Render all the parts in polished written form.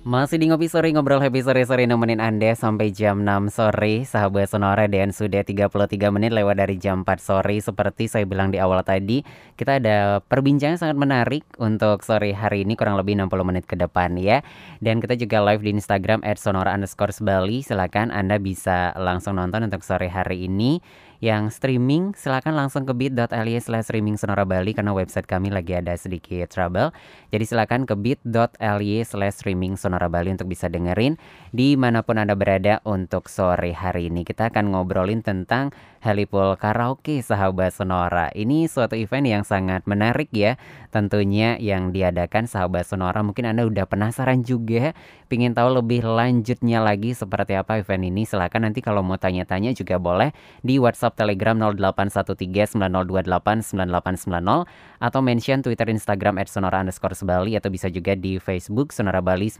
Masih di Ngopi Sore, ngobrol happy sore-sore nemenin Anda sampai jam 6 sore, sahabat Sonora, dan sudah 33 menit lewat dari jam 4 sore. Seperti saya bilang di awal tadi, kita ada perbincangan sangat menarik untuk sore hari ini, kurang lebih 60 menit ke depan ya. Dan kita juga live di Instagram @sonora_bali. Silakan Anda bisa langsung nonton untuk sore hari ini. Yang streaming silakan langsung ke bit.ly/streaming Sonora Bali karena website kami lagi ada sedikit trouble. Jadi silakan ke bit.ly/streaming Sonora Bali untuk bisa dengerin dimanapun Anda berada untuk sore hari ini. Kita akan ngobrolin tentang Helipool Karaoke, sahabat Sonora. Ini suatu event yang sangat menarik ya, tentunya yang diadakan sahabat Sonora. Mungkin Anda udah penasaran juga, pingin tahu lebih lanjutnya lagi seperti apa event ini. Silakan nanti kalau mau tanya-tanya juga boleh di WhatsApp Telegram 081390289890 atau mention Twitter Instagram @sonora_bali atau bisa juga di Facebook Sonora Bali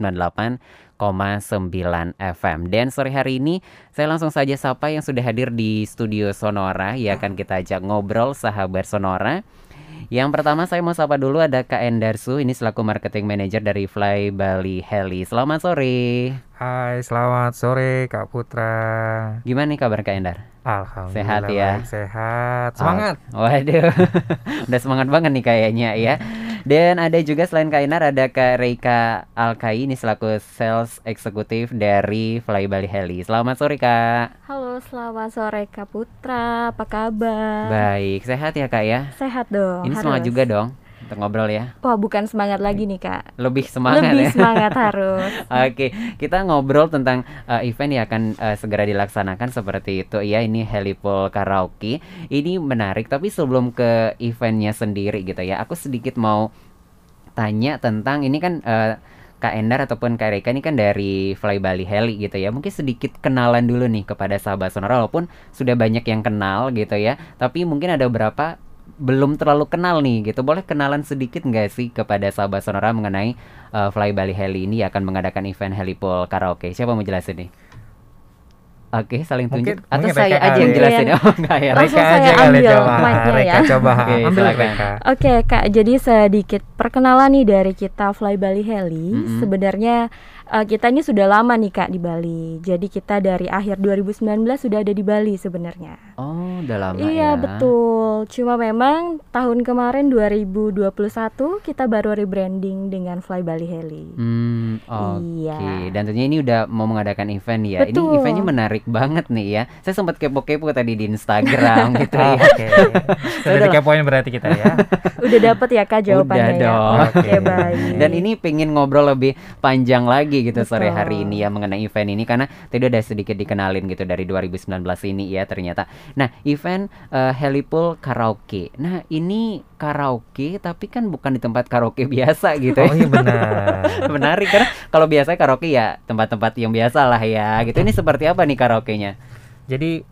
98,9 FM. Dan sore hari ini saya langsung saja sapa yang sudah hadir di studio Sonora, ya akan kita ajak ngobrol sahabat Sonora. Yang pertama saya mau sapa dulu ada Kak Endarsu, ini selaku marketing manager dari Fly Bali Heli. Selamat sore. Hai, selamat sore Kak Putra. Gimana nih kabar Kak Endar? Alhamdulillah Sehat ya? baik, sehat. Semangat. Waduh, udah semangat banget nih kayaknya ya. Dan ada juga selain Kak Endar ada Kak Reika Alkai, ini selaku sales eksekutif dari Fly Bali Heli. Selamat sore Kak. Halo, selamat sore Kak Putra, apa kabar? Baik, sehat ya Kak ya? Sehat dong. Ini semangat juga dong untuk ngobrol ya. Wah, bukan semangat lagi nih Kak. Lebih semangat Lebih ya. semangat harus. Oke, kita ngobrol tentang event yang akan segera dilaksanakan seperti itu ya. Ini Helipool Karaoke. Ini menarik, tapi sebelum ke eventnya sendiri gitu ya, aku sedikit mau tanya tentang ini kan Kak Endar ataupun Kak Reka ini kan dari Fly Bali Heli gitu ya. Mungkin sedikit kenalan dulu nih kepada sahabat Sonora, walaupun sudah banyak yang kenal gitu ya. Tapi mungkin ada beberapa belum terlalu kenal nih gitu. Boleh kenalan sedikit nggak sih kepada sahabat Sonora mengenai Fly Bali Heli ini akan mengadakan event Helipool Karaoke? Siapa mau jelasin nih? Oke, saling tunjuk. Atau mungkin saya Reka aja yang kali. jelasin. Oh enggak ya. Langsung Reka saya aja kali ambil coba. mic-nya Reka ya. coba Oke, ambil silakan. Reka. Oke Kak, jadi sedikit perkenalan nih dari kita Fly Bali Heli. Sebenarnya kita ini sudah lama nih Kak di Bali. Jadi kita dari akhir 2019 sudah ada di Bali sebenarnya. Oh, udah lama ya. Iya betul. Cuma memang tahun kemarin 2021 kita baru rebranding dengan Fly Bali Heli. Oke. Iya. Dan tentunya ini udah mau mengadakan event ya. Ini Betul. eventnya menarik banget nih ya. Saya sempat kepo-kepo tadi di Instagram gitu ya. Oke. Sudah dikepoin berarti kita ya. Udah dapet ya Kak jawabannya Udah ya. dong. Oke baik. Dan ini pengen ngobrol lebih panjang lagi gitu Betul. sore hari ini ya mengenai event ini karena tadi udah sedikit dikenalin gitu dari 2019 ini ya ternyata. Nah, event Helipool Karaoke. Nah, ini karaoke tapi kan bukan di tempat karaoke biasa gitu ya. Oh iya benar. Menarik karena kalau biasanya karaoke ya tempat-tempat yang biasa lah ya gitu. Ini seperti apa nih karaoke-nya? Jadi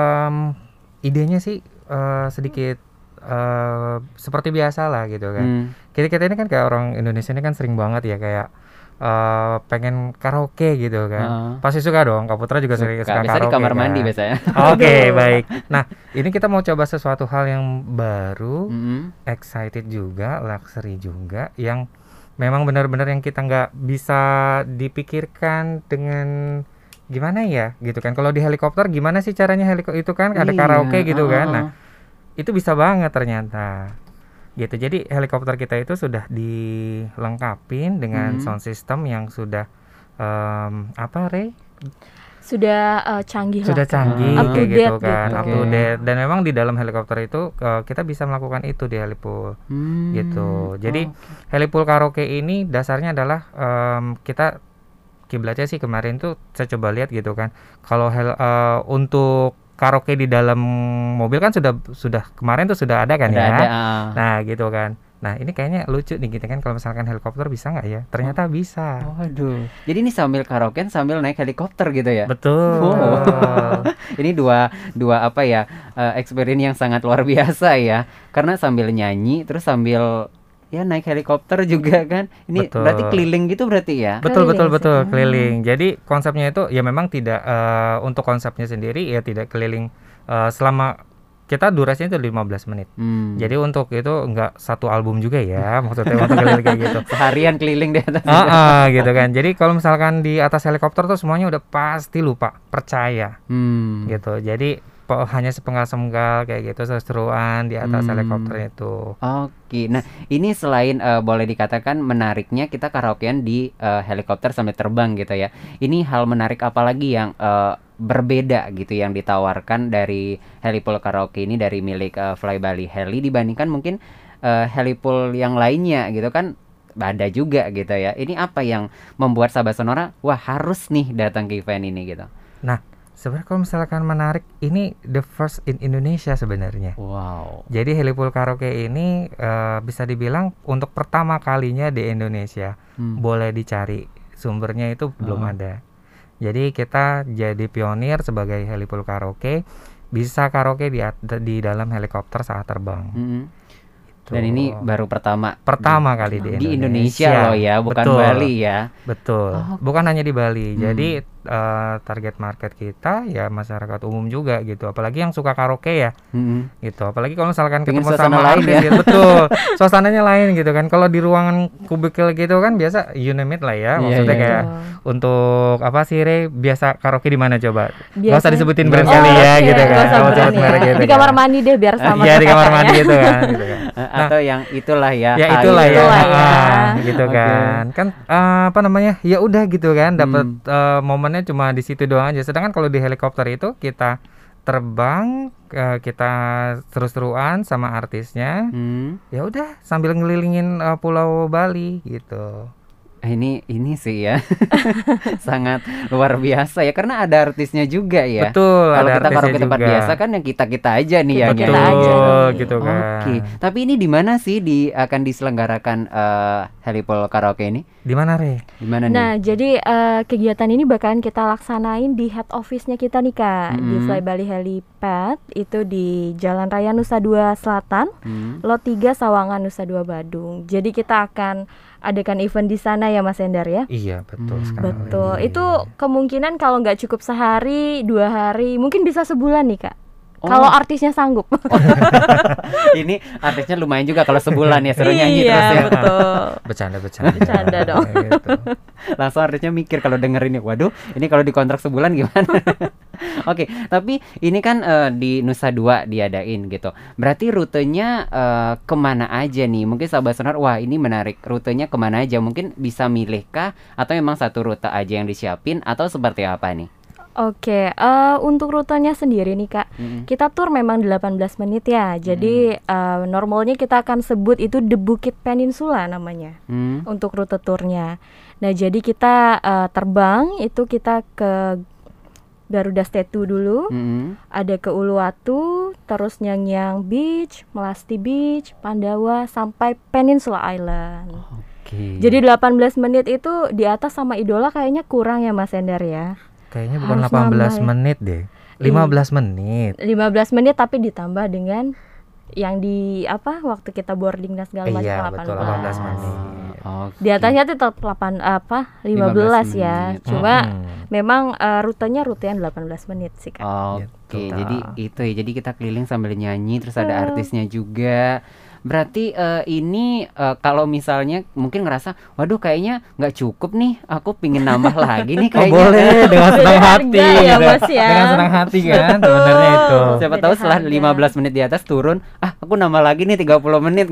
idenya sih sedikit seperti biasa lah gitu kan. Kita ini kan kayak orang Indonesia ini kan sering banget ya kayak pengen karaoke gitu kan. Pasti suka dong. Kak Putra juga sering suka Biasanya karaoke di kamar kan. mandi biasanya. Oke, baik. Nah, ini kita mau coba sesuatu hal yang baru, excited juga, luxury juga, yang memang benar-benar yang kita nggak bisa dipikirkan dengan gimana ya, gitu kan. Kalau di helikopter gimana sih caranya itu kan ada Iya, karaoke gitu kan. Nah, itu bisa banget ternyata. Gitu. Jadi helikopter kita itu sudah dilengkapin dengan sound system yang sudah apa Rey? Sudah canggih Sudah lah Kak. canggih Up to kayak gitu date kan, gitu. up to date. Dan memang di dalam helikopter itu kita bisa melakukan itu di Helipool gitu. Jadi Helipool Karaoke ini dasarnya adalah kita kiblatnya sih kemarin tuh saya coba lihat gitu kan. Kalau untuk karaoke di dalam mobil kan sudah kemarin tuh sudah ada kan Udah ya. ada, Nah gitu kan. Nah ini kayaknya lucu nih gitu kan kalau misalkan helikopter bisa nggak ya? Ternyata bisa. Waduh. Jadi ini sambil karaoke sambil naik helikopter gitu ya? Betul. Wow. Ini dua apa ya experience yang sangat luar biasa ya. Karena sambil nyanyi terus sambil ya naik helikopter juga kan. Ini Betul. berarti keliling gitu berarti ya? Betul Keliling betul sih. keliling. Jadi konsepnya itu ya memang tidak untuk konsepnya sendiri ya tidak keliling selama kita durasinya itu 15 menit. Jadi untuk itu enggak satu album juga ya, maksudnya untuk keliling kayak gitu. Seharian keliling di atas. Gitu kan. Jadi kalau misalkan di atas helikopter tuh semuanya udah pasti lupa, percaya. Gitu. Jadi hanya sepenggal-sepenggal kayak gitu, seru-seruan di atas helikopter itu. Oke. Nah, ini selain boleh dikatakan menariknya kita karaokean di helikopter sambil terbang gitu ya. Ini hal menarik apa lagi yang berbeda gitu yang ditawarkan dari Helipool Karaoke ini dari milik Fly Bali Heli dibandingkan mungkin Helipool yang lainnya gitu kan ada juga gitu ya. Ini apa yang membuat sahabat Sonora wah harus nih datang ke event ini gitu? Nah, sebenarnya kalau misalkan menarik, ini the first in Indonesia sebenarnya. Wow. Jadi Helipool Karaoke ini bisa dibilang untuk pertama kalinya di Indonesia. Boleh dicari sumbernya itu belum ada. Jadi kita jadi pionir sebagai Helipool Karaoke, bisa karaoke di dalam helikopter saat terbang. Dan ini baru pertama kali di Indonesia loh ya, bukan betul, Bali ya. Betul. Bukan hanya di Bali. Jadi target market kita ya masyarakat umum juga gitu. Apalagi yang suka karaoke ya. Gitu. Apalagi kalau misalkan pengen ketemu suasana sama lain artis ya. gitu. Betul. Suasananya lain gitu kan. Kalau di ruangan kubikel gitu kan biasa you name it lah ya. Maksudnya kayak untuk apa sih Re? Biasa karaoke di mana coba? Gak usah disebutin brand kali ya gitu kan. Gak usah merek gitu. Di kamar mandi deh biar sama. Iya, di kamar mandi gitu kan. Atau yang itulah ya. Ya itulah ya. Gitu kan. Kan apa namanya? Ya udah gitu kan dapat momennya cuma di situ doang aja. Sedangkan kalau di helikopter itu kita terbang, kita seru-seruan sama artisnya. Ya udah sambil ngelilingin Pulau Bali gitu. Ini sih ya sangat luar biasa ya karena ada artisnya juga ya. Betul. Kalau ada kita karaoke juga. tempat biasa kan yang kita aja nih ya. Betul aja gitu kan. Oke. Tapi ini di mana sih akan diselenggarakan Helipool Karaoke ini? Di mana Re? Di mana nih? Nah, jadi kegiatan ini bakalan kita laksanain di head office-nya kita nih Kak, di Fly Bali Helipad, itu di Jalan Raya Nusa Dua Selatan, Lot 3 Sawangan Nusa Dua Badung. Jadi kita akan adakan event di sana ya Mas Endar ya? Iya, betul sekali. Betul. Itu kemungkinan kalau nggak cukup sehari, 2 hari, mungkin bisa sebulan nih Kak. Kalau artisnya sanggup. Ini artisnya lumayan juga kalau sebulan ya suruh nyanyi terus ya. Betul. Bercanda dong. Gitu. Langsung artisnya mikir kalau denger ini, waduh, ini kalau dikontrak sebulan gimana? Oke, tapi ini kan di Nusa Dua diadain gitu. Berarti rutenya kemana aja nih? Mungkin sahabat Sonar, wah ini menarik. Rutenya kemana aja? Mungkin bisa milih kah? Atau memang satu rute aja yang disiapin? Atau seperti apa nih? Oke, untuk rutenya sendiri nih Kak, kita tur memang 18 menit ya. Jadi normalnya kita akan sebut itu The Bukit Peninsula namanya untuk rute turnya. Nah jadi kita terbang itu kita ke Garuda Statue dulu, ada ke Uluwatu, terus Nyang-Nyang Beach, Melasti Beach, Pandawa sampai Peninsula Island. Jadi 18 menit itu di atas sama Idola kayaknya kurang ya Mas Endar ya. Kayaknya bukan 18 menit deh. 15 menit. 15 menit tapi ditambah dengan yang di waktu kita boarding dan segala macam. Iya, betul 18 menit. Di atasnya tetap 15 ya. Cuma memang rutenya rute yang 18 menit sih Kak. Oke, jadi itu ya. Jadi kita keliling sambil nyanyi terus ada artisnya juga. Berarti ini kalau misalnya mungkin ngerasa, waduh kayaknya nggak cukup nih, aku pingin nambah lagi nih kayaknya. Boleh dengan senang hati ya, Mas, ya. Dengan senang hati kan sebenarnya itu. Siapa tahu setelah 15 menit di atas turun, aku nambah lagi nih 30 menit.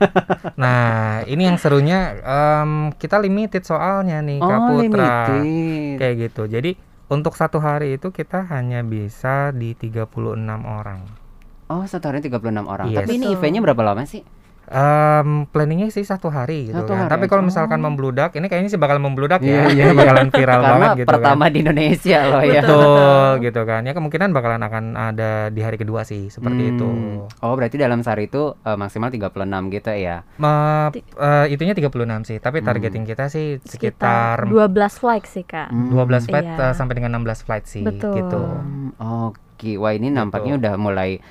Nah, ini yang serunya kita limited soalnya nih Kak Putra. Kayak gitu. Jadi untuk satu hari itu kita hanya bisa di 36 orang. Oh, satu hari 36 orang. Yes. Tapi ini eventnya berapa lama sih? Planningnya sih 1 hari gitu Satu kan. hari Tapi kalau misalkan membludak, ini kayaknya sih bakal membludak Iya, ya. Bakalan viral Karena banget gitu pertama kan. di Indonesia loh ya. Betul gitu kan. Ya kemungkinan bakalan akan ada di hari kedua sih seperti itu. Oh, berarti dalam sehari itu maksimal 36 gitu ya. Itunya 36 sih, tapi targeting kita sih sekitar 12 flight sih Kak. 12 flight Iya. sampai dengan 16 flight sih. Betul. Gitu. Oke, wah ini nampaknya udah mulai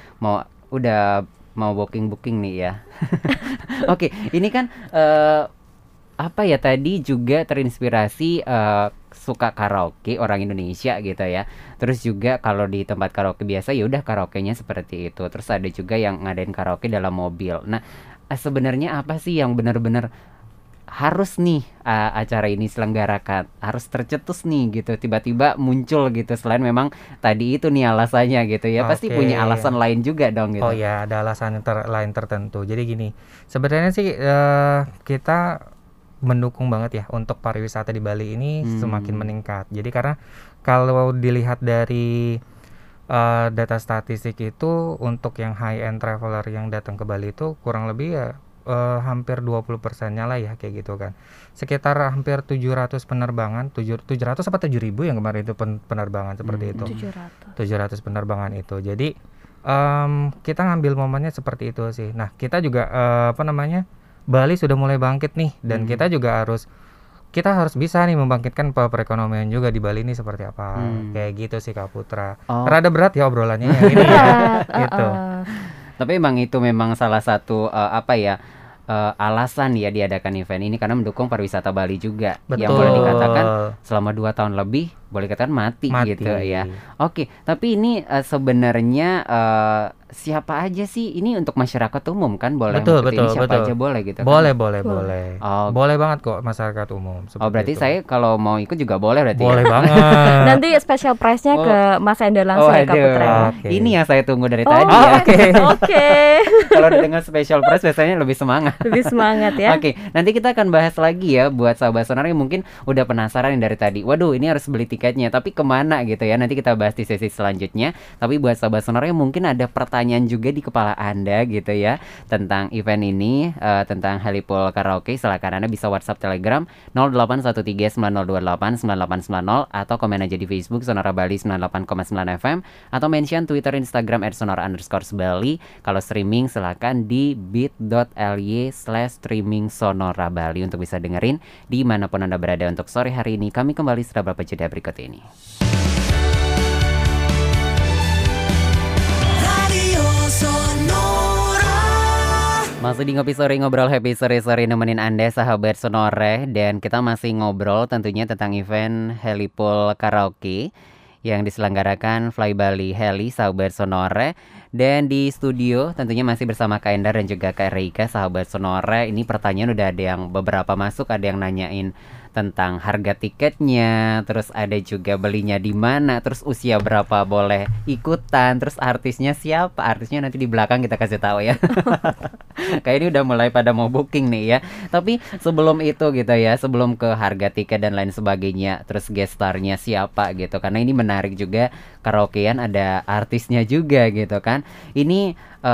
mau booking nih ya. Oke, ini kan apa ya, tadi juga terinspirasi suka karaoke orang Indonesia gitu ya. Terus juga kalau di tempat karaoke biasa ya udah karaoke-nya seperti itu. Terus ada juga yang ngadain karaoke dalam mobil. Nah, sebenarnya apa sih yang benar-benar harus nih acara ini selenggarakan, harus tercetus nih gitu, tiba-tiba muncul gitu, selain memang tadi itu nih alasannya gitu ya. Pasti punya alasan lain juga dong gitu. Oh ya, ada alasan lain tertentu. Jadi gini, sebenarnya sih kita mendukung banget ya untuk pariwisata di Bali ini semakin meningkat. Jadi karena kalau dilihat dari data statistik itu, untuk yang high end traveler yang datang ke Bali itu kurang lebih ya hampir 20%-nya lah ya, kayak gitu kan. Sekitar hampir 700 penerbangan, 700 apa 7.000 yang kemarin itu penerbangan seperti itu. 700 penerbangan itu. Jadi kita ngambil momennya seperti itu sih. Nah, kita juga Bali sudah mulai bangkit nih, dan kita harus bisa nih membangkitkan perekonomian juga di Bali ini seperti apa. Kayak gitu sih Kak Putra. Rada berat ya obrolannya yang ini ya. Gitu. Tapi emang itu memang salah satu alasan ya diadakan event ini, karena mendukung pariwisata Bali juga. Betul. Yang boleh dikatakan selama 2 tahun lebih boleh katakan mati gitu ya. Oke, tapi ini sebenarnya siapa aja sih? Ini untuk masyarakat umum kan boleh? Betul. Siapa aja boleh gitu kan? Boleh. Boleh banget kok masyarakat umum. Berarti saya kalau mau ikut juga boleh berarti? Boleh ya? banget. Nanti special prize-nya ke Mas Ender langsung ya Kak Putra. Ini yang saya tunggu dari tadi ya. Oke. Kalau dengan special prize biasanya lebih semangat. Lebih semangat ya. Oke, nanti kita akan bahas lagi ya buat sahabat Sonar yang mungkin udah penasaran dari tadi. Waduh, ini harus beli tiketnya, tapi kemana gitu ya? Nanti kita bahas di sesi selanjutnya. Tapi buat sahabat Sonar yang mungkin ada pertanyaan juga di kepala Anda gitu ya tentang event ini, tentang Helipul Karaoke, silakan Anda bisa WhatsApp Telegram 081390289890 atau komen aja di Facebook Sonora Bali 98,9 FM atau mention Twitter Instagram @sonora_bali. Kalau streaming silakan di bit.ly/streaming Sonora Bali untuk bisa dengerin dimanapun Anda berada. Untuk sore hari ini kami kembali setelah beberapa jeda berikut ini. Masih di Ngopi Sore, ngobrol happy sore-sore nemenin Anda sahabat Sonore, dan kita masih ngobrol tentunya tentang event Helipul Karaoke yang diselenggarakan Fly Bali Heli sahabat Sonore. Dan di studio tentunya masih bersama Kak Endar dan juga Kak Reika sahabat Sonore. Ini pertanyaan udah ada yang beberapa masuk, ada yang nanyain tentang harga tiketnya, terus ada juga belinya di mana, terus usia berapa boleh ikutan, terus artisnya siapa. Artisnya nanti di belakang kita kasih tahu ya. Kayak ini udah mulai pada mau booking nih ya. Tapi sebelum itu gitu ya, sebelum ke harga tiket dan lain sebagainya, terus guest starnya siapa gitu, karena ini menarik juga, karaokean ada artisnya juga gitu kan. Ini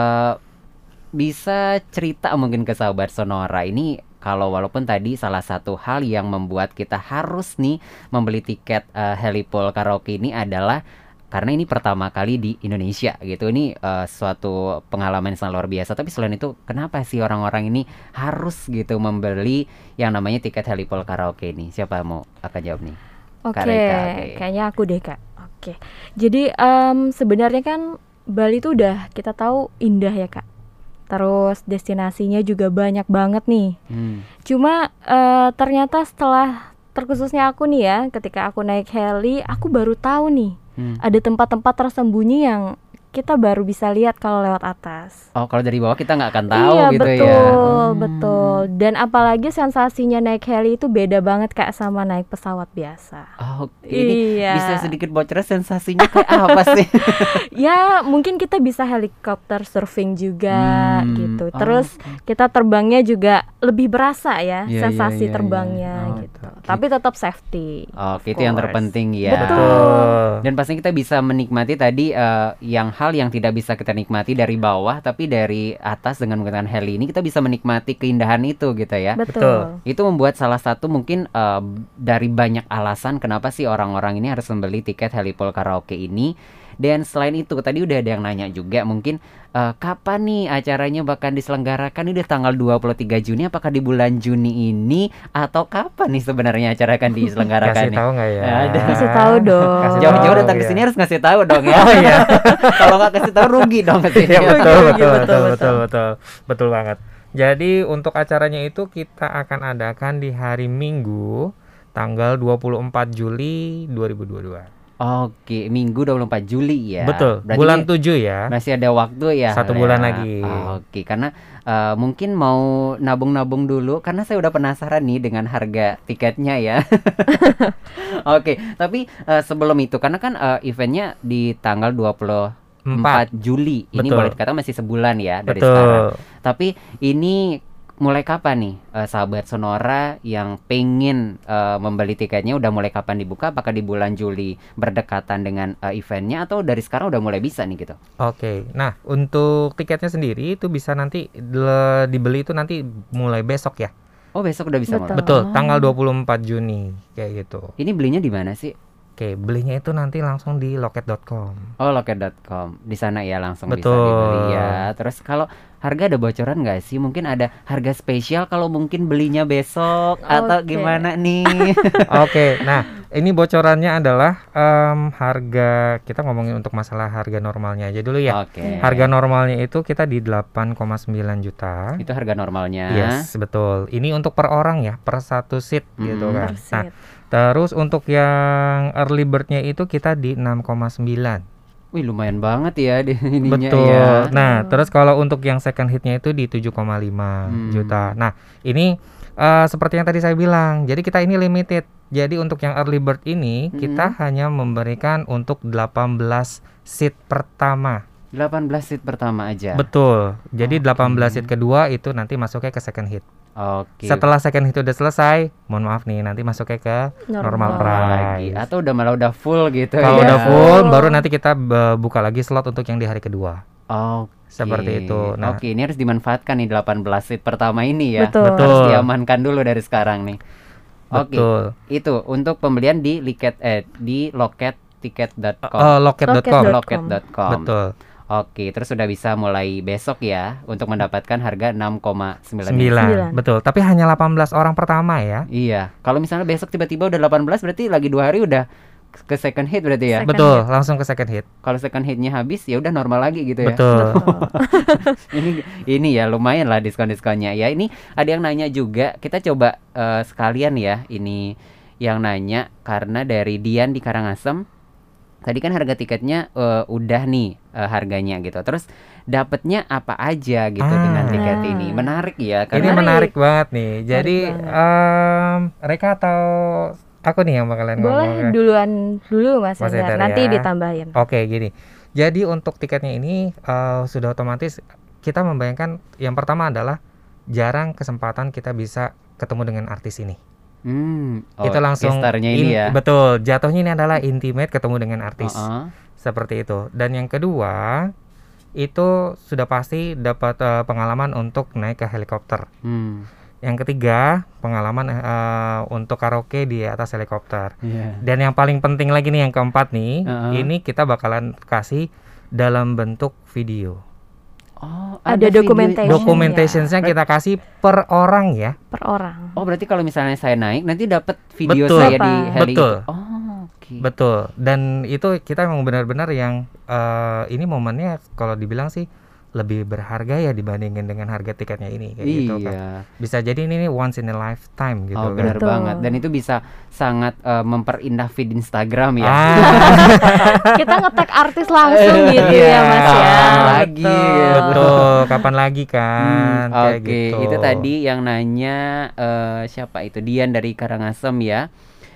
bisa cerita mungkin ke sahabat Sonora ini, kalau walaupun tadi salah satu hal yang membuat kita harus nih membeli tiket Helipul Karaoke ini adalah karena ini pertama kali di Indonesia gitu. Ini suatu pengalaman yang sangat luar biasa. Tapi selain itu, kenapa sih orang-orang ini harus gitu membeli yang namanya tiket Helipul Karaoke ini? Siapa mau akan jawab nih? Oke, kayaknya aku deh Kak. Oke, jadi sebenarnya kan Bali itu udah kita tahu indah ya Kak. Terus destinasinya juga banyak banget nih. Cuma ternyata setelah terkhususnya aku nih ya, ketika aku naik heli, aku baru tahu nih ada tempat-tempat tersembunyi yang kita baru bisa lihat kalau lewat atas. Oh, kalau dari bawah kita nggak akan tahu gitu betul, ya. Betul. Dan apalagi sensasinya naik heli itu beda banget Kak sama naik pesawat biasa. Oh, ini bisa sedikit bocornya sensasinya kayak apa sih? Ya, mungkin kita bisa helikopter surfing juga gitu. Terus kita terbangnya juga lebih berasa ya, sensasi terbangnya gitu. Tapi tetap safety. Oke, itu yang terpenting ya. Betul. Dan pastinya kita bisa menikmati tadi yang hal yang tidak bisa kita nikmati dari bawah, tapi dari atas dengan menggunakan heli ini kita bisa menikmati keindahan itu gitu ya. Betul. Itu membuat salah satu mungkin dari banyak alasan kenapa sih orang-orang ini harus membeli tiket Helipul Karaoke ini. Dan selain itu tadi udah ada yang nanya juga mungkin kapan nih acaranya bakal diselenggarakan. Ini udah tanggal 23 Juni, apakah di bulan Juni ini atau kapan nih sebenarnya acara akan diselenggarakan? Kasih tahu nggak ya? Kasih tahu dong. Jauh-jauh datang ke sini harus ngasih tahu dong ya. Oh iya. Kalau nggak kasih tahu rugi dong ke sini. Ya, betul banget. Jadi untuk acaranya itu kita akan adakan di hari Minggu tanggal 24 Juli 2022. Oke, Minggu 24 Juli ya. Betul, Berarti bulan 7 ya. masih ada waktu ya. 1 Lea? bulan lagi. Oke, karena mungkin mau nabung-nabung dulu karena saya udah penasaran nih dengan harga tiketnya ya. Oke, tapi sebelum itu karena kan eventnya di tanggal 24 Juli. Ini Betul. boleh dikata masih sebulan ya dari Betul. sekarang. Tapi ini mulai kapan nih sahabat Sonora yang pengen membeli tiketnya udah mulai kapan dibuka? Apakah di bulan Juli berdekatan dengan eventnya atau dari sekarang udah mulai bisa nih gitu? Oke, nah untuk tiketnya sendiri itu bisa nanti dibeli itu nanti mulai besok ya. Oh, besok udah bisa Betul. mulai. Betul, Oh. tanggal 24 Juni kayak gitu. Ini belinya di mana sih? Oke, belinya itu nanti langsung di loket.com. Oh, loket.com. Di sana ya langsung bisa Betul. dibeli ya. Terus kalau harga ada bocoran nggak sih? Mungkin ada harga spesial kalau mungkin belinya besok atau Oke. gimana nih? Oke, nah ini bocorannya adalah harga, kita ngomongin untuk masalah harga normalnya aja dulu ya. Oke. Harga normalnya itu kita di 8,9 juta. Itu harga normalnya. Yes, betul. Ini untuk per orang ya, per satu seat gitu kan. Per Nah, seat. terus untuk yang early bird-nya itu kita di 6,9. Wih, lumayan banget ya di ininya Betul. ya. Nah, terus kalau untuk yang second hit-nya itu di 7,5 juta. Nah, ini seperti yang tadi saya bilang. Jadi kita ini limited. Jadi untuk yang early bird ini kita hanya memberikan untuk 18 seat pertama. 18 seat pertama aja. Betul. Jadi 18 seat kedua itu nanti masuknya ke second hit. Oke. Setelah second hit udah selesai, mohon maaf nih, nanti masuknya ke normal lagi price. atau udah full gitu Kalau ya. udah full, baru nanti kita buka lagi slot untuk yang di hari kedua. Oke. Seperti itu. Nah, Oke, ini harus dimanfaatkan nih 18 seat pertama ini ya. Betul. Harus Betul. diamankan dulu dari sekarang nih. Oke. betul. Itu untuk pembelian di di lokettiket.com. Loket.com. Loket.com. Betul. Oke, terus sudah bisa mulai besok ya untuk mendapatkan harga 6,9. 9. Betul. Tapi hanya 18 orang pertama ya. Iya. Kalau misalnya besok tiba-tiba udah 18 berarti lagi 2 hari udah ke second hit berarti ya. Second Betul, hit. langsung ke second hit. Kalau second hitnya habis ya udah normal lagi gitu ya. Betul. Ini ya lumayan lah diskon-diskonnya ya. Ini ada yang nanya juga, kita coba sekalian ya ini yang nanya karena dari Dian di Karangasem. Tadi kan harga tiketnya udah nih harganya gitu. Terus dapatnya apa aja gitu dengan tiket ini? Menarik ya Ini karena menarik banget nih. Jadi banget. Reka atau aku nih yang bakalan Boleh ngomong. duluan dulu Mas Mas Hendar, Hendar nanti ya. ditambahin. Oke, gini. Jadi untuk tiketnya ini sudah otomatis kita membayangkan yang pertama adalah jarang kesempatan kita bisa ketemu dengan artis ini. Itu langsung gestarnya ini ya. Betul, jatuhnya ini adalah intimate ketemu dengan artis. Uh-uh. Seperti itu. Dan yang kedua, itu sudah pasti dapat pengalaman untuk naik ke helikopter. Yang ketiga, pengalaman untuk karaoke di atas helikopter. Iya. Dan yang paling penting lagi nih yang keempat nih, Uh-uh. ini kita bakalan kasih dalam bentuk video. Oh, Ada video- dokumentasi. Documentationsnya kita kasih per orang ya. Per orang. Oh, berarti kalau misalnya saya naik nanti dapat video Betul. saya di Dapat. heli Betul. itu. Oh, oke. Betul. Dan itu kita memang benar-benar yang ini momennya kalau dibilang sih lebih berharga ya dibandingin dengan harga tiketnya ini kayak gitu kan. Iya. Bisa jadi ini wonce in a lifetime gitu Oh, kan. benar Betul. banget. Dan itu bisa sangat memperindah feed Instagram ya. Kita nge-tag artis langsung gitu Iya, ya Mas ya. kapan lagi, Betul. gitu. Betul, kapan lagi kan? Kayak Oke, gitu. itu tadi yang nanya siapa itu? Dian dari Karangasem ya.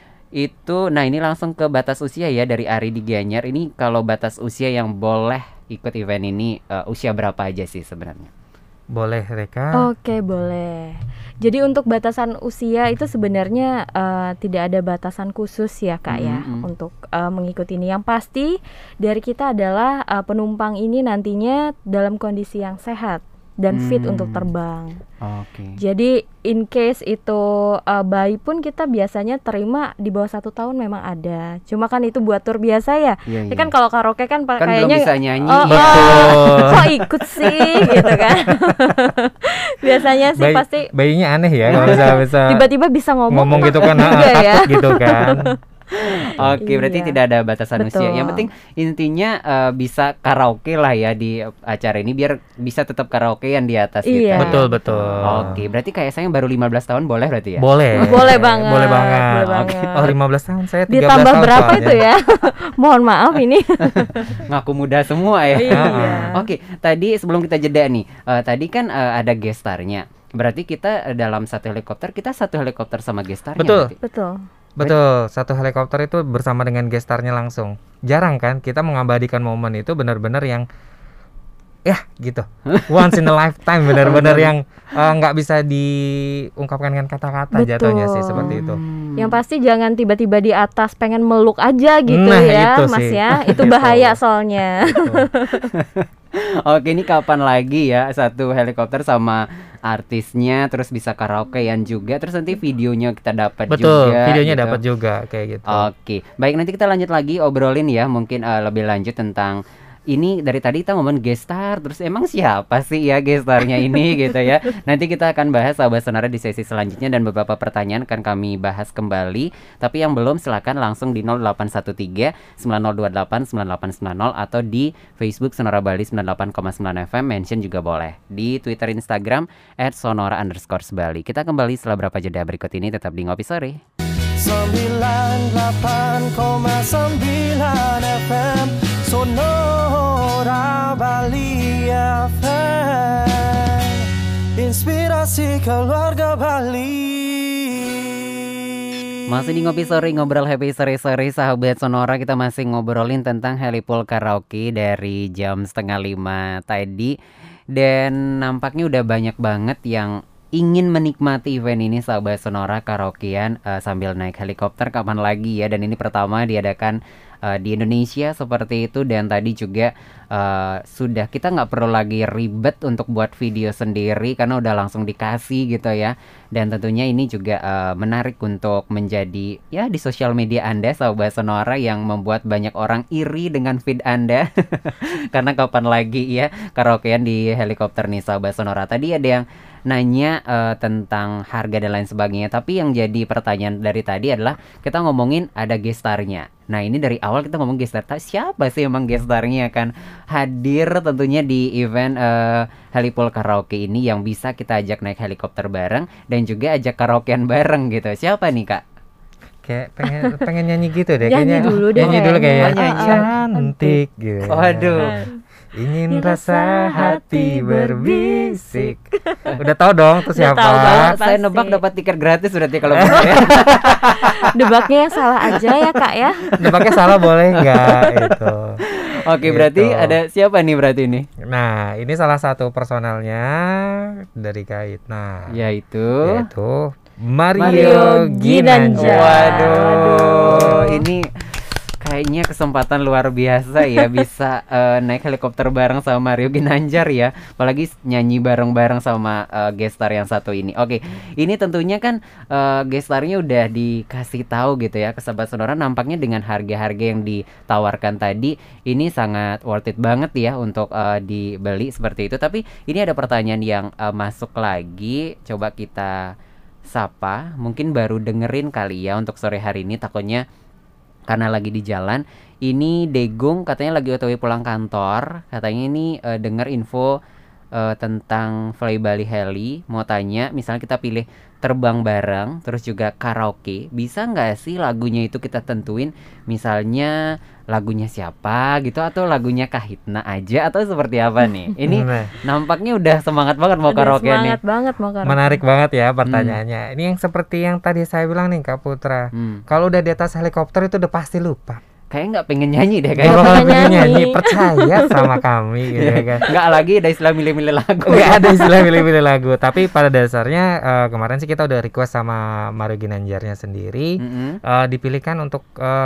Itu, nah ini langsung ke batas usia ya dari Ari di Gianyar. Ini kalau batas usia yang boleh ikut event ini usia berapa aja sih sebenarnya? Boleh Reka? Oke, boleh. Jadi untuk batasan usia itu sebenarnya tidak ada batasan khusus ya Kak ya untuk mengikuti ini. Yang pasti dari kita adalah penumpang ini nantinya dalam kondisi yang sehat dan fit untuk terbang. Oke. Jadi in case itu bayi pun kita biasanya terima di bawah 1 tahun memang ada. Cuma kan itu buat tur biasa ya. Iya, Ini kan kalau karaoke kan Kan belum kayaknya bisa nyanyi. Betul. kok ikut sih gitu kan. Biasanya sih pasti bayinya aneh ya kalau bisa tiba-tiba bisa ngomong gitu kan, juga ya. takut gitu kan. Oke, berarti Iya. tidak ada batasan usia. Betul. Yang penting intinya bisa karaoke lah ya di acara ini biar bisa tetap karaokean di atas gitu. Iya. Betul, betul. Oke, berarti kayak saya yang baru 15 tahun boleh berarti ya? Boleh. Boleh banget. Boleh banget. Boleh Oke. banget. Oh, 15 tahun, saya 13 Ditambah tahun berapa soalnya. itu ya? Mohon maaf ini. Ngaku muda semua ya. Iya. Oke, tadi sebelum kita jeda nih, tadi kan ada gestarnya. Berarti kita dalam satu helikopter, kita satu helikopter sama gestarnya. Betul. berarti? Betul. Betul, satu helikopter itu bersama dengan gestarnya langsung. Jarang kan kita mengabadikan momen itu benar-benar yang ya gitu. Once in a lifetime, benar-benar yang nggak bisa diungkapkan dengan kata-kata jatuhnya sih Betul. seperti itu. Yang pasti jangan tiba-tiba di atas pengen meluk aja gitu Nah, ya, itu Mas sih. ya. Itu Gitu. bahaya soalnya. Oke, ini kapan lagi ya satu helikopter sama artisnya, terus bisa karaokean juga, terus nanti videonya kita dapat Betul, juga. videonya gitu. dapat juga kayak gitu. Oke, baik, nanti kita lanjut lagi obrolin ya, mungkin lebih lanjut tentang ini. Dari tadi kita ngomong gestar, terus emang siapa sih ya gestarnya ini gitu ya. Nanti kita akan bahas sahabat sonora di sesi selanjutnya dan beberapa pertanyaan akan kami bahas kembali. Tapi yang belum silakan langsung di 0813 9028 9890 atau di Facebook Sonora Bali 98,9 FM, mention juga boleh. Di Twitter Instagram @sonora_bali. Kita kembali setelah berapa jeda berikut ini, tetap di Ngopi Sore. 98,9 FM Sonora Bali FM, inspirasi keluarga Bali. Masih di Ngopi Sore, ngobrol happy sore-sore sahabat Sonora. Kita masih ngobrolin tentang Helipool Karaoke dari jam 4:30 tadi. Dan nampaknya udah banyak banget yang ingin menikmati event ini sahabat Sonora, karaokean sambil naik helikopter kapan lagi ya. Dan ini pertama diadakan di Indonesia seperti itu. Dan tadi juga sudah kita nggak perlu lagi ribet untuk buat video sendiri karena udah langsung dikasih gitu ya. Dan tentunya ini juga menarik untuk menjadi ya di sosial media Anda sahabat Sonora, yang membuat banyak orang iri dengan feed Anda. Karena kapan lagi ya karaokean di helikopter nih sahabat Sonora. Tadi ada yang nanya tentang harga dan lain sebagainya. Tapi yang jadi pertanyaan dari tadi adalah kita ngomongin ada gestarnya. Nah, ini dari awal kita ngomong gestar. Siapa sih emang gestarnya kan hadir tentunya di event Helipool Karaoke ini, yang bisa kita ajak naik helikopter bareng dan juga ajak karaokean bareng gitu. Siapa nih, Kak? Kayak pengen nyanyi gitu deh Nyanyi kayaknya. dulu deh Nyanyi dulu kayaknya. kayak Nyanyi. cantik gitu. Waduh. Ingin rasa hati berbisik. Udah tahu dong tuh Udah siapa? tahu banget. Saya Pasti. nebak dapat tiket gratis berarti kalau gitu ya. Debaknya yang salah aja ya Kak ya. Nebaknya salah boleh nggak itu? Oke, berarti Gitu. ada siapa nih berarti ini? Nah, ini salah satu personalnya dari Kaitna, Yaitu yaitu Mario Mario Ginanjar. Waduh, ini kayaknya kesempatan luar biasa ya bisa naik helikopter bareng sama Mario Ginanjar ya. Apalagi nyanyi bareng-bareng sama gestar yang satu ini. Oke, ini tentunya kan gestarnya udah dikasih tahu gitu ya ke sahabat Sonora. Nampaknya dengan harga-harga yang ditawarkan tadi ini sangat worth it banget ya untuk dibeli seperti itu. Tapi ini ada pertanyaan yang masuk lagi. Coba kita sapa, mungkin baru dengerin kali ya untuk sore hari ini, takutnya karena lagi di jalan. Ini Degung katanya lagi OTW pulang kantor, katanya ini denger info tentang Fly Bali Heli, mau tanya misalnya kita pilih terbang bareng terus juga karaoke, bisa nggak sih lagunya itu kita tentuin misalnya lagunya siapa gitu, atau lagunya Kahitna aja, atau seperti apa nih? Ini Nah, nampaknya udah semangat banget mau Udah karaoke nih. semangat banget mau karaoke. menarik banget ya pertanyaannya. Ini yang seperti yang tadi saya bilang nih Kak Putra. Kalau udah di atas helikopter itu udah pasti lupa. Kayak nggak pengen nyanyi deh Gak kayak. bakal pengen pengen nyanyi, nyanyi. percaya sama kami gitu ya kan. Nggak lagi ada istilah milih-milih lagu. Nggak ada istilah pilih-pilih lagu. Tapi pada dasarnya kemarin sih kita udah request sama Mario Ginanjarnya sendiri, Mm-mm. dipilihkan untuk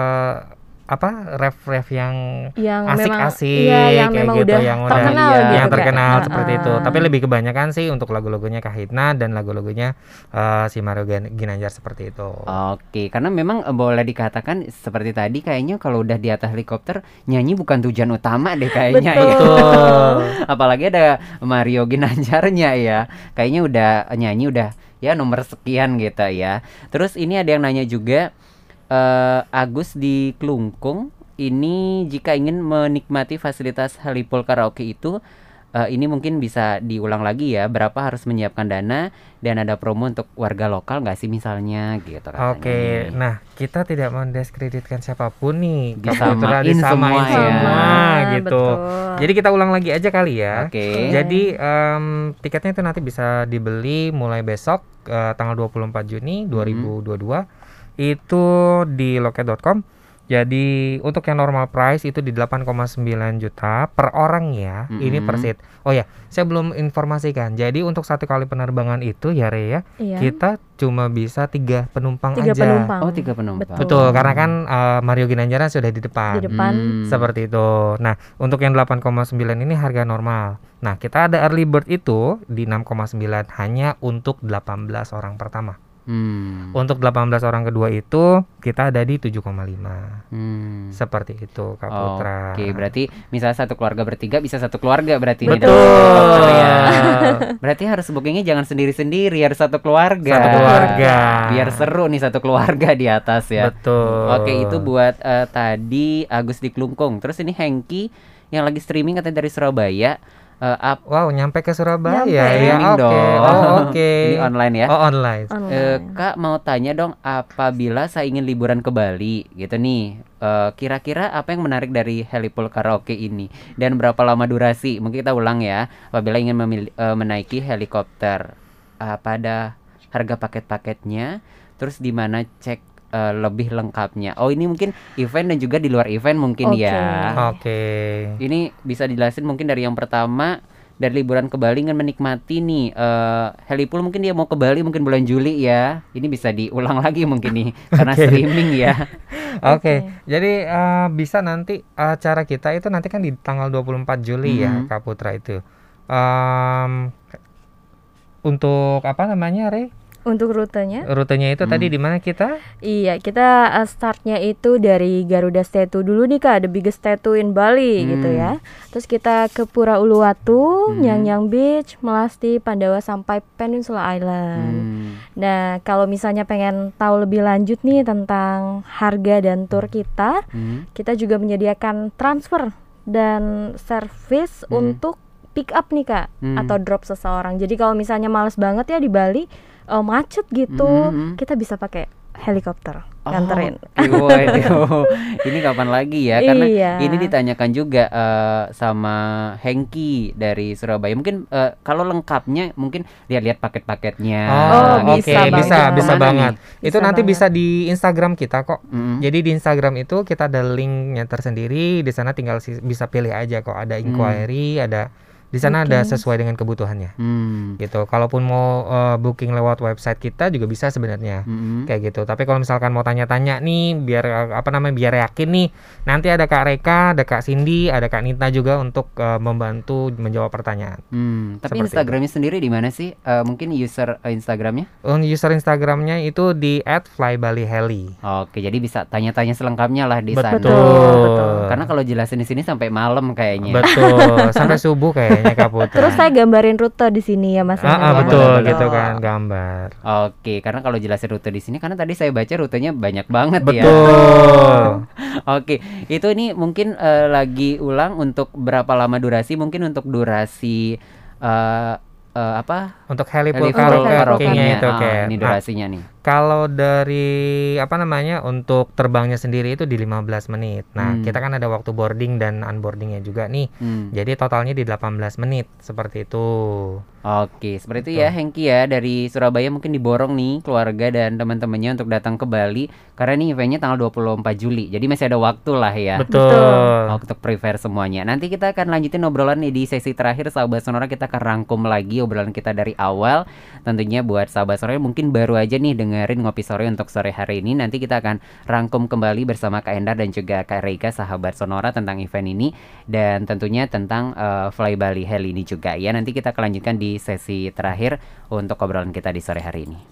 ref yang yang asik-asik, iya, yang kayak memang gitu, udah yang udah terkenal iya, gitu yang Kak. terkenal seperti itu. Heeh. Tapi lebih kebanyakan sih untuk lagu-lagunya Kahitna dan lagu-lagunya si Mario Ginanjar seperti itu. Oke, karena memang boleh dikatakan seperti tadi, kayaknya kalau udah di atas helikopter nyanyi bukan tujuan utama deh kayaknya ya. Betul. Apalagi ada Mario Ginanjarnya ya. Kayaknya udah nyanyi udah ya nomor sekian gitu ya. Terus ini ada yang nanya juga Agus di Klungkung ini jika ingin menikmati fasilitas Helipool Karaoke itu ini mungkin bisa diulang lagi ya, berapa harus menyiapkan dana dan ada promo untuk warga lokal nggak sih misalnya gitu katanya. Oke, nah kita tidak mendiskreditkan siapapun nih, Disamain semua ya. Gitu. Betul. Jadi kita ulang lagi aja kali ya. Oke. Jadi tiketnya itu nanti bisa dibeli mulai besok tanggal 24 Juni 2022 itu di loket.com. Jadi untuk yang normal price itu di 8,9 juta per orang ya. Ini per seat. Oh ya, saya belum informasikan. Jadi untuk satu kali penerbangan itu ya Re ya, Iya. kita cuma bisa 3 penumpang 3 aja. penumpang. Oh 3 penumpang. Betul, karena kan Mario Ginanjaran sudah di depan. Di depan. Seperti itu. Nah, untuk yang 8,9 ini harga normal. Nah, kita ada early bird itu di 6,9 hanya untuk 18 orang pertama. Untuk 18 orang kedua itu kita ada di 7,5. Seperti itu Kak Putra. Oke, berarti misalnya satu keluarga bertiga bisa satu keluarga berarti ini Betul. ya. Berarti harus bookingnya jangan sendiri-sendiri, harus satu keluarga. Satu keluarga. Biar seru nih satu keluarga di atas ya. Betul. Oke, itu buat tadi Agus di Klungkung. Terus ini Hengki yang lagi streaming katanya dari Surabaya. Wow, nyampe ke Surabaya Nyampe. ya. Streaming Oke. dong. Oh, oke. Ini online ya. Oh, online. Kak mau tanya dong, apabila saya ingin liburan ke Bali gitu nih, kira-kira apa yang menarik dari Helipool Karaoke ini dan berapa lama durasi? Mungkin kita ulang ya. Apabila ingin menaiki helikopter, pada harga paket-paketnya, terus di mana cek lebih lengkapnya. Oh ini mungkin event dan juga di luar event mungkin ya. Oke. Ini bisa dijelasin mungkin dari yang pertama, dari liburan ke Bali ingin menikmati nih Helipool, mungkin dia mau ke Bali mungkin bulan Juli ya. Ini bisa diulang lagi mungkin nih karena streaming ya. Oke. Jadi bisa nanti acara kita itu nanti kan di tanggal 24 Juli ya Kak Putra itu. Untuk apa namanya Re? Untuk rutenya? Rutenya itu tadi di mana kita? Iya, kita startnya itu dari Garuda Statue dulu nih Kak, the biggest statue in Bali gitu ya. Terus kita ke Pura Uluwatu, Nyang-Nyang Beach, Melasti, Pandawa sampai Peninsula Island. Nah, kalau misalnya pengen tahu lebih lanjut nih tentang harga dan tour kita juga menyediakan transfer dan service untuk pick up nih Kak, atau drop seseorang. Jadi kalau misalnya males banget ya di Bali, macet gitu, kita bisa pakai helikopter nganterin. Waduh, ini kapan lagi ya? Karena Iya. ini ditanyakan juga sama Hengki dari Surabaya. Mungkin kalau lengkapnya mungkin lihat-lihat paket-paketnya. Oke, bisa bisa Kemana banget. nih? Itu Bisa nanti banget. bisa di Instagram kita kok. Mm-mm. Jadi di Instagram itu kita ada linknya tersendiri. Di sana tinggal bisa pilih aja kok. Ada inquiry, ada di sana ada sesuai dengan kebutuhannya. Gitu. Kalaupun mau booking lewat website kita juga bisa sebenarnya. Kayak gitu. Tapi kalau misalkan mau tanya-tanya nih biar biar yakin nih, nanti ada Kak Reka, ada Kak Cindy, ada Kak Nita juga untuk membantu menjawab pertanyaan. Tapi Seperti Instagramnya sendiri di mana sih? Mungkin user Instagramnya? User Instagramnya itu di @flybaliheli. Oke, jadi bisa tanya-tanya selengkapnya lah di sana. Betul. Karena kalau jelasin di sini sampai malam kayaknya. Betul, sampai subuh kayaknya Kak Putra. Terus saya gambarin rute di sini ya Mas. Betul gitu kan, gambar. Oke, karena kalau jelasin rute di sini, karena tadi saya baca rutenya banyak banget ya. Betul. Oke, itu ini mungkin lagi ulang untuk berapa lama durasi? Mungkin untuk durasi Untuk Helipool Helipool karaoke-nya itu kan. ini durasinya nih. Kalau dari untuk terbangnya sendiri itu di 15 menit. Nah, kita kan ada waktu boarding dan unboardingnya juga nih. Jadi totalnya di 18 menit seperti itu. Oke, seperti itu ya Hengki ya, dari Surabaya mungkin diborong nih keluarga dan teman-temannya untuk datang ke Bali karena ini eventnya tanggal 24 Juli. Jadi masih ada waktu lah ya. Betul. Untuk prepare semuanya. Nanti kita akan lanjutin obrolan nih di sesi terakhir Sahabat Sonora, kita akan rangkum lagi obrolan kita dari awal. Tentunya buat Sahabat Sonora mungkin baru aja nih dengerin Ngopi Sore untuk sore hari ini. Nanti kita akan rangkum kembali bersama Kak Endar dan juga Kak Reika Sahabat Sonora tentang event ini dan tentunya tentang Fly Bali Heli ini juga ya. Nanti kita akan lanjutkan di sesi terakhir untuk obrolan kita di sore hari ini.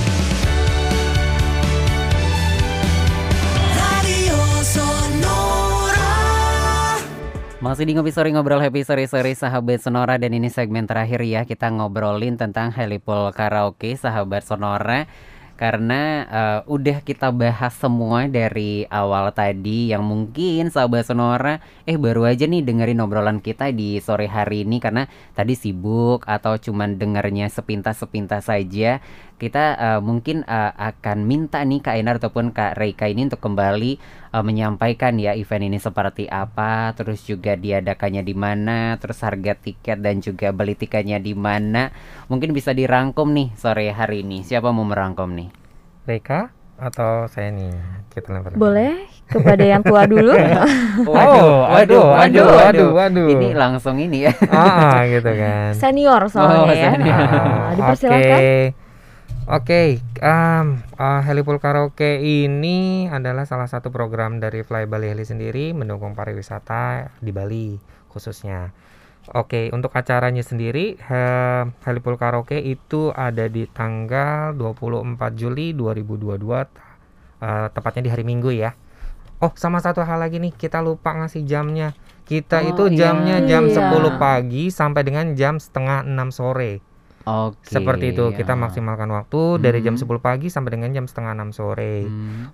Masih di Ngopi Sore, ngobrol happy sore-sore Sahabat Sonora, dan ini segmen terakhir ya, kita ngobrolin tentang Helipool Karaoke Sahabat Sonora. karena udah kita bahas semua dari awal tadi yang mungkin sahabat Sonora baru aja nih dengerin obrolan kita di sore hari ini karena tadi sibuk atau cuman dengernya sepintas-sepintas saja. Kita mungkin akan minta nih Kak Einar ataupun Kak Reika ini untuk kembali menyampaikan ya event ini seperti apa, terus juga diadakannya di mana, terus harga tiket dan juga beli tiketnya di mana. Mungkin bisa dirangkum nih sore hari ini. Siapa mau merangkum nih? Reika atau saya nih? Kita lempar. Boleh kepada yang tua dulu. Waduh. Ini langsung ini ya. Gitu kan. Senior soalnya ya. Senior. Dipersilakan. Oke, Helipool Karaoke ini adalah salah satu program dari Fly Bali Heli sendiri mendukung pariwisata di Bali khususnya. Oke, untuk acaranya sendiri Helipool Karaoke itu ada di tanggal 24 Juli 2022, tepatnya di hari Minggu ya. Oh, sama satu hal lagi nih, kita lupa ngasih jamnya. Kita itu jamnya jam 10 pagi sampai dengan jam setengah 6 sore. Oke. Seperti itu, kita maksimalkan waktu dari jam 10 pagi sampai dengan jam setengah 6 sore.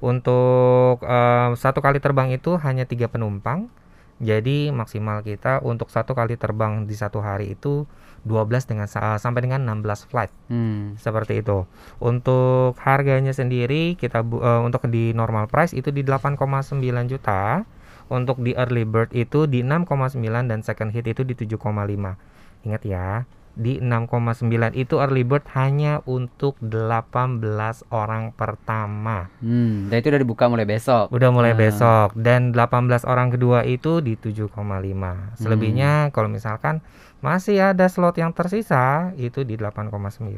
Untuk satu kali terbang itu hanya 3 penumpang. Jadi maksimal kita untuk satu kali terbang di satu hari itu 12 sampai dengan 16 flight. Seperti itu. Untuk harganya sendiri kita untuk di normal price itu di 8,9 juta. Untuk di early bird itu di 6,9 dan second hit itu di 7,5. Ingat ya, di 6,9 itu early bird hanya untuk 18 orang pertama. Dan itu udah dibuka mulai besok. Udah mulai besok. Dan 18 orang kedua itu di 7,5. Selebihnya kalau misalkan masih ada slot yang tersisa itu di 8,9.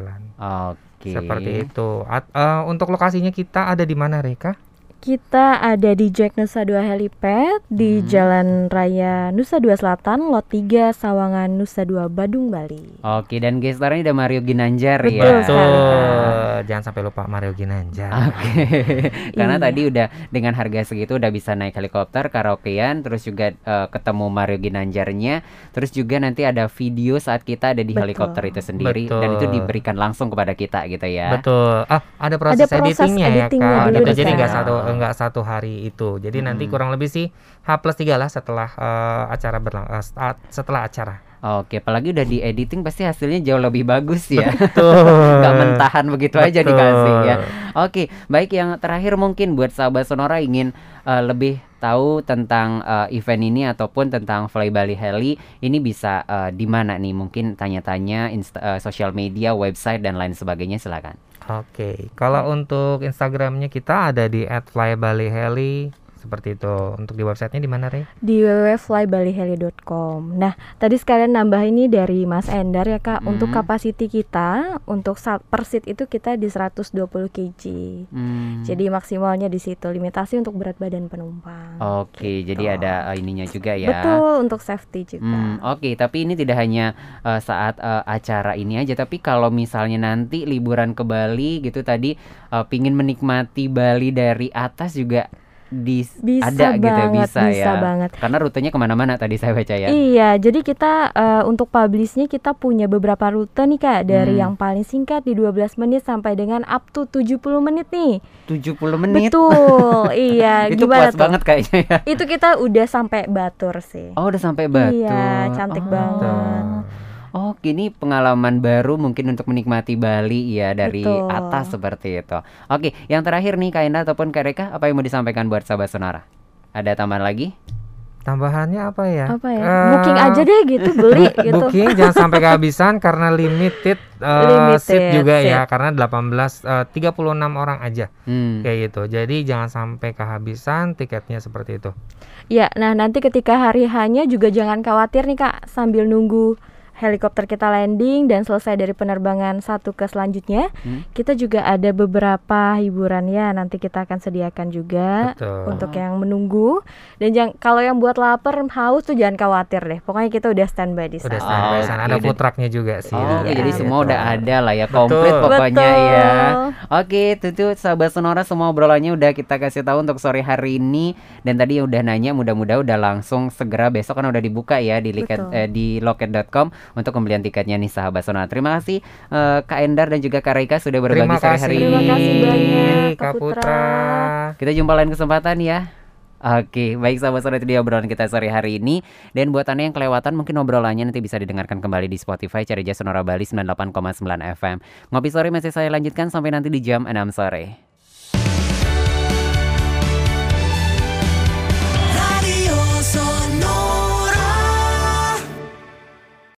Oke. Seperti itu. Untuk lokasinya kita ada di mana, Reka? Kita ada di Jack Nusa Dua Helipad di Jalan Raya Nusa Dua Selatan, Lot 3, Sawangan, Nusa Dua, Badung, Bali. Oke, dan gestarnya ada Mario Ginanjar ya. Betul. Jangan sampai lupa Mario Ginanjar. Oke. Karena tadi udah dengan harga segitu udah bisa naik helikopter karaokean, terus juga ketemu Mario Ginanjarnya, terus juga nanti ada video saat kita ada di helikopter itu sendiri dan itu diberikan langsung kepada kita gitu ya. Betul. Ada proses editingnya ya Kak. Dulu Jadi nggak satu hari itu. Jadi nanti kurang lebih sih H+3 lah setelah setelah acara. Oke, apalagi udah di editing pasti hasilnya jauh lebih bagus ya. Betul. Gak mentahan begitu aja dikasih ya. Oke, baik, yang terakhir mungkin buat sahabat Sonora ingin lebih tahu tentang event ini ataupun tentang Fly Bali Heli ini bisa di mana nih? Mungkin tanya-tanya sosial media, website dan lain sebagainya, silakan. Oke, kalau untuk Instagramnya kita ada di @flybaliheli seperti itu. Untuk di websitenya di mana, Re? Di www.flybaliheli.com. Nah, tadi sekalian nambah ini dari Mas Endar ya Kak. Untuk capacity kita untuk per seat itu kita di 120 kg. Jadi maksimalnya di situ, limitasi untuk berat badan penumpang. Oke, gitu. jadi ada ininya juga ya. Betul, untuk safety juga. Oke, tapi ini tidak hanya saat acara ini aja, tapi kalau misalnya nanti liburan ke Bali gitu tadi pingin menikmati Bali dari atas juga Bisa ada banget, gitu, bisa ya. banget. Karena rutenya kemana-mana tadi saya baca ya. Iya, jadi kita untuk publishnya kita punya beberapa rute nih Kak. Dari yang paling singkat di 12 menit sampai dengan up to 70 menit nih. 70 menit? Betul, iya. Itu gimana puas tuh? banget kayaknya ya. Itu kita udah sampai Batur sih. Oh, udah sampai Batu. Iya, cantik banget. Oh, kini pengalaman baru mungkin untuk menikmati Bali ya dari Betul. atas seperti itu. Oke, yang terakhir nih Kak Enda ataupun Kak Reka, apa yang mau disampaikan buat sahabat Sonora? Ada tambahan lagi? Tambahannya apa ya? Apa ya? Booking aja deh gitu, beli gitu. Booking jangan sampai kehabisan karena limited seat juga ya, karena 36 orang aja. Kayak gitu. Jadi jangan sampai kehabisan tiketnya seperti itu. Ya, nah nanti ketika hari hanya juga jangan khawatir nih Kak, sambil nunggu helikopter kita landing dan selesai dari penerbangan satu ke selanjutnya, kita juga ada beberapa hiburan ya, nanti kita akan sediakan juga. Betul. Untuk yang menunggu. Dan kalau yang buat lapar, haus tuh jangan khawatir deh. Pokoknya kita udah standby di sana. Udah standby di sana. Ada food trucknya juga sih. Jadi semua gitu. udah ada lah ya, komplit pokoknya ya. Oke, itu sahabat Sonora, semua obrolannya udah kita kasih tahu untuk sore hari ini. Dan tadi udah nanya, mudah-mudahan udah langsung segera besok kan udah dibuka ya di loket.com untuk pembelian tiketnya nih sahabat Sonora. Terima kasih Kak Endar dan juga Kak Reika sudah berbagi Terima sore kasih. hari Terima ini. kasih banyak Kak Kak Putra. Putra. Kita jumpa lain kesempatan ya. Oke, baik sahabat Sonora, itu dia obrolan kita sore hari ini. Dan buat Anda yang kelewatan mungkin obrolannya nanti bisa didengarkan kembali di Spotify, cari aja Sonora Bali 98,9 FM. Ngopi sore masih saya lanjutkan sampai nanti di jam 6 sore.